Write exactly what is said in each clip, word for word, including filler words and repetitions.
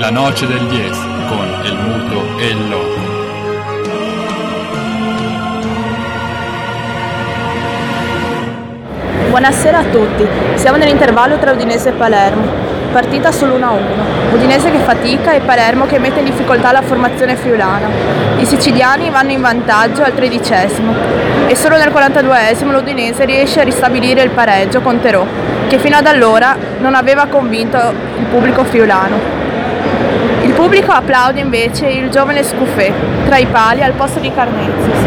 La noce del diez con El Muto e il Loco. Buonasera a tutti, siamo nell'intervallo tra Udinese e Palermo, partita sull'uno a uno, Udinese che fatica e Palermo che mette in difficoltà la formazione friulana. I siciliani vanno in vantaggio al tredicesimo e solo nel quarantaduesimo l'Udinese riesce a ristabilire il pareggio con Terò, che fino ad allora non aveva convinto il pubblico friulano. Il pubblico applaude invece il giovane Scuffè tra i pali al posto di Karnetzis,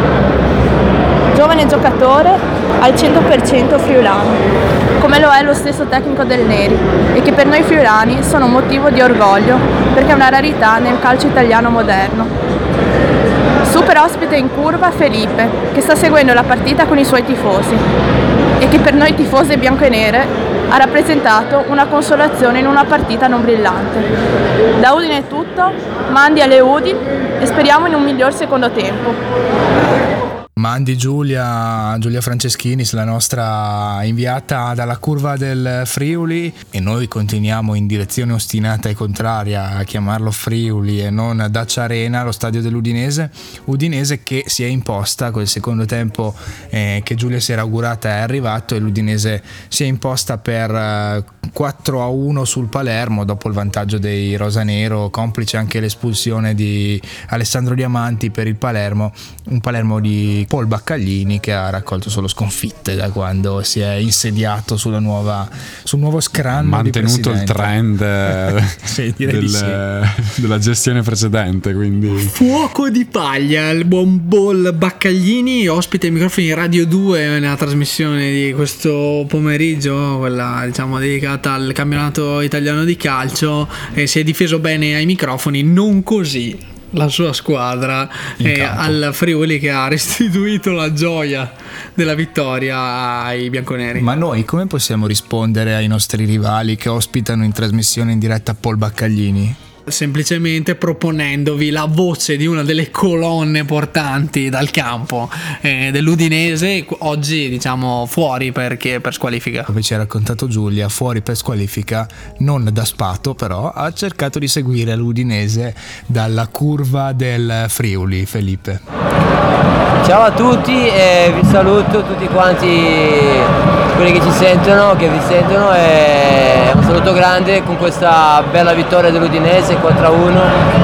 giovane giocatore al cento per cento friulano, come lo è lo stesso tecnico del Neri, e che per noi friulani sono un motivo di orgoglio perché è una rarità nel calcio italiano moderno. Super ospite in curva Felipe, che sta seguendo la partita con i suoi tifosi e che per noi tifose bianco e nere ha rappresentato una consolazione in una partita non brillante. Da Udine è tutto, mandi alle Udi e speriamo in un miglior secondo tempo. Mandi Giulia, Giulia Franceschini, la nostra inviata dalla curva del Friuli, e noi continuiamo in direzione ostinata e contraria a chiamarlo Friuli e non Dacia Arena, lo stadio dell'Udinese. Udinese che si è imposta quel secondo tempo eh, che Giulia si era augurata è arrivato, e l'Udinese si è imposta per eh, quattro a uno sul Palermo dopo il vantaggio dei rosanero, complice anche l'espulsione di Alessandro Diamanti per il Palermo, un Palermo di Paul Baccaglini che ha raccolto solo sconfitte da quando si è insediato sulla nuova, sul nuovo scranno. Mantenuto di il trend sì, direi del, di sì. della gestione precedente, quindi fuoco di paglia il buon Paul Baccaglini, ospite ai microfoni di Radio due nella trasmissione di questo pomeriggio, quella diciamo dedicata al campionato italiano di calcio, e si è difeso bene ai microfoni, non così la sua squadra eh, al Friuli, che ha restituito la gioia della vittoria ai bianconeri. Ma noi come possiamo rispondere ai nostri rivali che ospitano in trasmissione in diretta Paul Baccaglini? Semplicemente proponendovi la voce di una delle colonne portanti dal campo eh, dell'Udinese, oggi diciamo fuori perché per squalifica. Come ci ha raccontato Giulia, fuori per squalifica, non da Spato, però ha cercato di seguire l'Udinese dalla curva del Friuli. Felipe. Ciao a tutti e vi saluto tutti quanti quelli che ci sentono, che vi sentono, e un saluto grande con questa bella vittoria dell'Udinese quattro a uno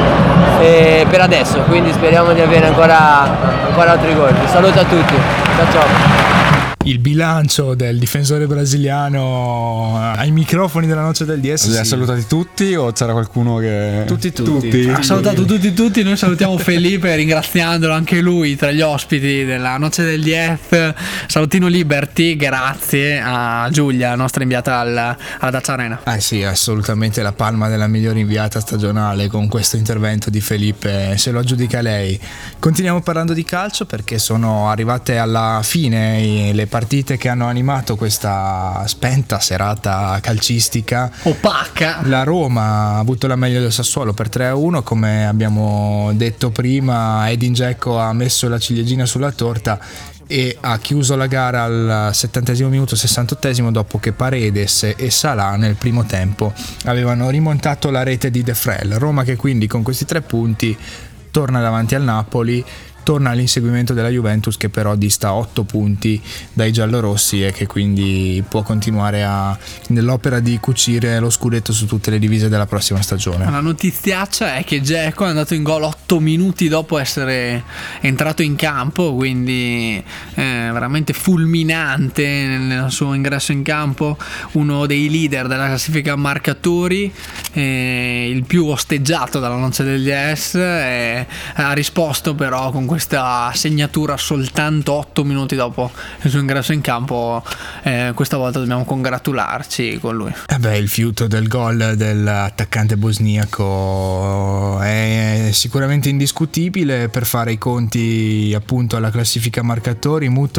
e per adesso, quindi speriamo di avere ancora, ancora altri gol. Vi saluto a tutti, ciao ciao. Il bilancio del difensore brasiliano ai microfoni della noce del D S. Li ha salutati tutti o c'era qualcuno che... Tutti tutti, tutti. Ha salutato tutti tutti. Noi salutiamo Felipe ringraziandolo anche lui tra gli ospiti della noce del D S. Salutino Liberty, grazie a Giulia, nostra inviata alla, alla Dacia Arena. Eh sì, assolutamente la palma della migliore inviata stagionale con questo intervento di Felipe, se lo aggiudica lei. Continuiamo parlando di calcio perché sono arrivate alla fine le partite che hanno animato questa spenta serata calcistica opaca. La Roma ha avuto la meglio del Sassuolo per tre a uno, come abbiamo detto prima. Edin Dzeko ha messo la ciliegina sulla torta e ha chiuso la gara al settantesimo minuto, sessantottesimo, dopo che Paredes e Salah nel primo tempo avevano rimontato la rete di De Frel. Roma che quindi con questi tre punti torna davanti al Napoli, torna all'inseguimento della Juventus, che però dista otto punti dai giallorossi e che quindi può continuare a, nell'opera di cucire lo scudetto su tutte le divise della prossima stagione. La notiziaccia è che Dzeko è andato in gol otto minuti dopo essere entrato in campo, quindi eh, veramente fulminante nel suo ingresso in campo, uno dei leader della classifica marcatori, eh, il più osteggiato dalla noce del D S, eh, ha risposto però con questa segnatura soltanto otto minuti dopo il suo ingresso in campo. Eh, questa volta dobbiamo congratularci con lui. Eh beh, il fiuto del gol dell'attaccante bosniaco è sicuramente indiscutibile per fare i conti appunto alla classifica marcatori. Muto,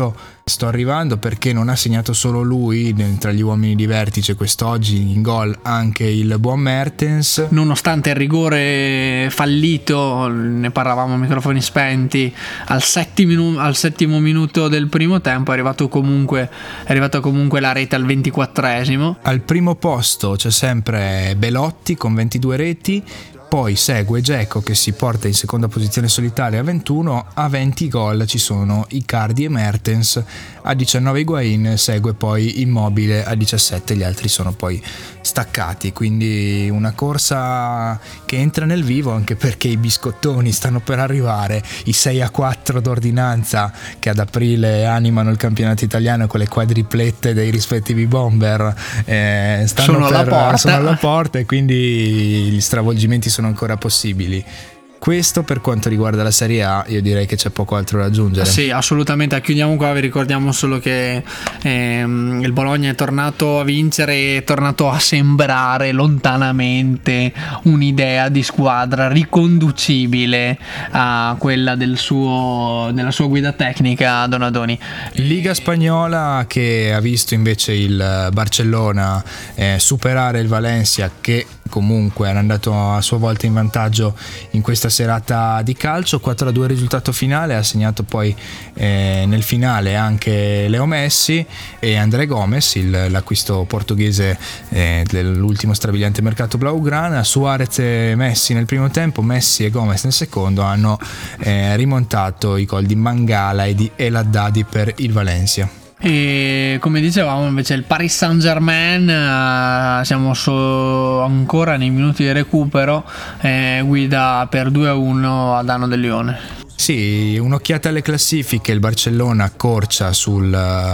sto arrivando perché non ha segnato solo lui tra gli uomini di vertice quest'oggi, in gol anche il buon Mertens. Nonostante il rigore fallito, ne parlavamo a microfoni spenti, al settimo, al settimo minuto del primo tempo è arrivato comunque è arrivata comunque la rete al ventiquattresimo. Al primo posto c'è sempre Belotti con ventidue reti, poi segue Dzeko che si porta in seconda posizione solitaria a ventuno, a venti gol ci sono Icardi e Mertens, a diciannove Higuain, segue poi Immobile a diciassette, gli altri sono poi staccati, quindi una corsa che entra nel vivo, anche perché i biscottoni stanno per arrivare, i sei a quattro d'ordinanza che ad aprile animano il campionato italiano con le quadriplette dei rispettivi bomber, eh, stanno sono, per, alla porta. sono alla porta e quindi gli stravolgimenti sono ancora possibili. Questo per quanto riguarda la Serie A, io direi che c'è poco altro da aggiungere. Sì, assolutamente. Chiudiamo qua, vi ricordiamo solo che ehm, il Bologna è tornato a vincere, è tornato a sembrare lontanamente un'idea di squadra riconducibile a quella del suo, della sua guida tecnica, Donadoni. Liga spagnola che ha visto invece il Barcellona eh, superare il Valencia, che comunque era andato a sua volta in vantaggio in questa serata di calcio. Quattro a due risultato finale, ha segnato poi eh, nel finale anche Leo Messi e André Gomes, il, l'acquisto portoghese eh, dell'ultimo strabiliante mercato blaugrana. Suarez e Messi nel primo tempo, Messi e Gomes nel secondo hanno eh, rimontato i gol di Mangala e di El Haddadi per il Valencia. E come dicevamo invece il Paris Saint-Germain, eh, siamo so ancora nei minuti di recupero, eh, guida per due a uno a danno del Lione. Sì, un'occhiata alle classifiche, il Barcellona accorcia sul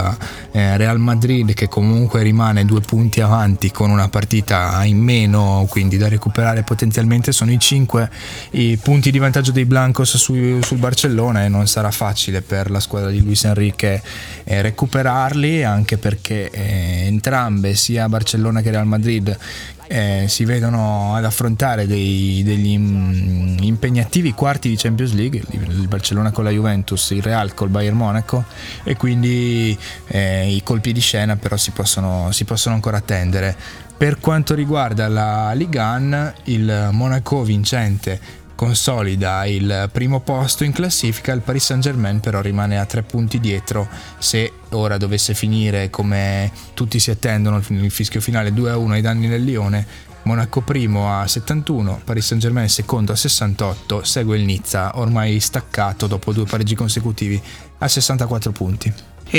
eh, Real Madrid che comunque rimane due punti avanti con una partita in meno, quindi da recuperare potenzialmente. Sono i cinque i punti di vantaggio dei Blancos su, sul Barcellona e non sarà facile per la squadra di Luis Enrique eh, recuperarli, anche perché eh, entrambe, sia Barcellona che Real Madrid, Eh, si vedono ad affrontare dei, degli impegnativi quarti di Champions League, il Barcellona con la Juventus, il Real col Bayern Monaco, e quindi eh, i colpi di scena però si possono, si possono ancora attendere. Per quanto riguarda la Ligue uno, il Monaco vincente consolida il primo posto in classifica, il Paris Saint-Germain però rimane a tre punti dietro. Se ora dovesse finire come tutti si attendono, il fischio finale due a uno ai danni del Lione, Monaco primo a settantuno, Paris Saint-Germain secondo a sessantotto, segue il Nizza ormai staccato dopo due pareggi consecutivi a sessantaquattro punti.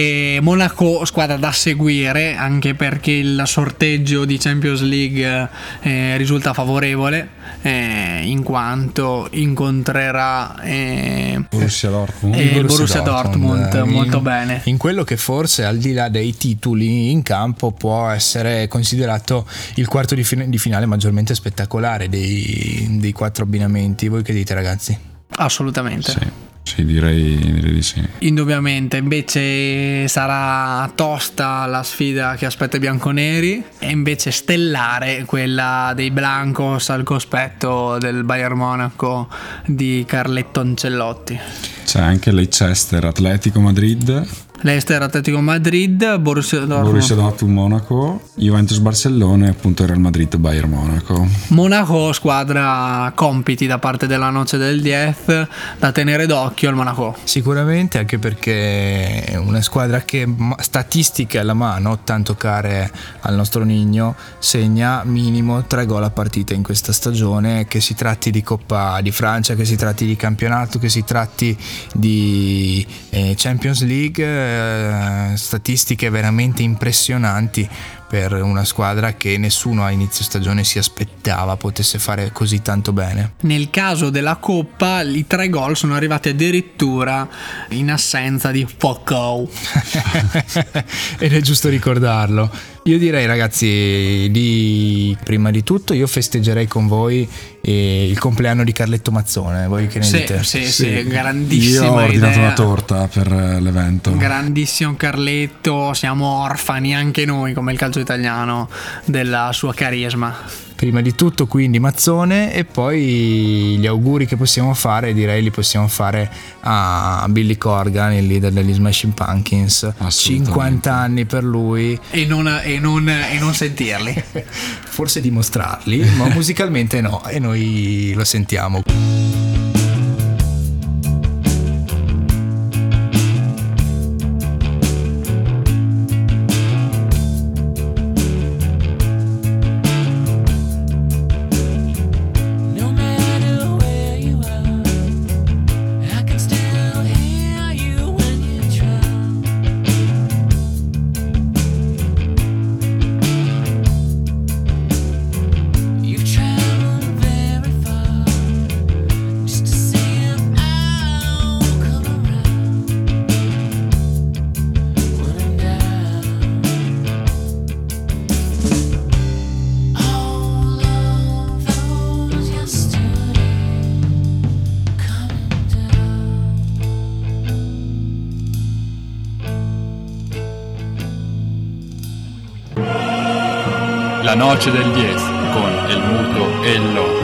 E Monaco squadra da seguire, anche perché il sorteggio di Champions League eh, risulta favorevole, eh, in quanto incontrerà eh, Borussia Dortmund. eh, il Borussia Dortmund, Dortmund molto in, bene, in quello che forse al di là dei titoli in campo può essere considerato il quarto di, fin- di finale maggiormente spettacolare dei, dei quattro abbinamenti. Voi che dite, ragazzi? assolutamente. Sì. Sì, direi, direi di sì. Indubbiamente. Invece sarà tosta la sfida che aspetta i bianconeri, e invece stellare quella dei Blancos al cospetto del Bayern Monaco di Carletto Ancelotti. C'è anche Leicester Atletico Madrid, Leicester Atletico Madrid, Borussia Dortmund, Borussia Dortmund Monaco, Juventus Barcellona e appunto Real Madrid Bayern Monaco. Monaco, squadra compiti da parte della Noce del diez, da tenere d'occhio il Monaco. Sicuramente, anche perché è una squadra che, statistiche alla mano, tanto care al nostro Nigno, segna minimo tre gol a partita in questa stagione, che si tratti di Coppa di Francia, che si tratti di campionato, che si tratti di eh, Champions League. Statistiche veramente impressionanti per una squadra che nessuno a inizio stagione si aspettava potesse fare così tanto bene. Nel caso della Coppa i tre gol sono arrivati addirittura in assenza di Foucault. Ed è giusto ricordarlo. Io direi, ragazzi, di prima di tutto io festeggerei con voi eh, il compleanno di Carletto Mazzone. Voi che ne sì, dite? sì, sì, grandissima Io ho ordinato idea. una torta per l'evento. Grandissimo Carletto, siamo orfani anche noi, come il calcio italiano, della sua carisma. Prima di tutto quindi Mazzone, e poi gli auguri che possiamo fare, direi li possiamo fare a Billy Corgan, il leader degli Smashing Pumpkins. cinquanta anni per lui. E non, e non, e non sentirli. Forse dimostrarli, ma musicalmente no, e noi lo sentiamo. La noche del diez con el muto e el loco.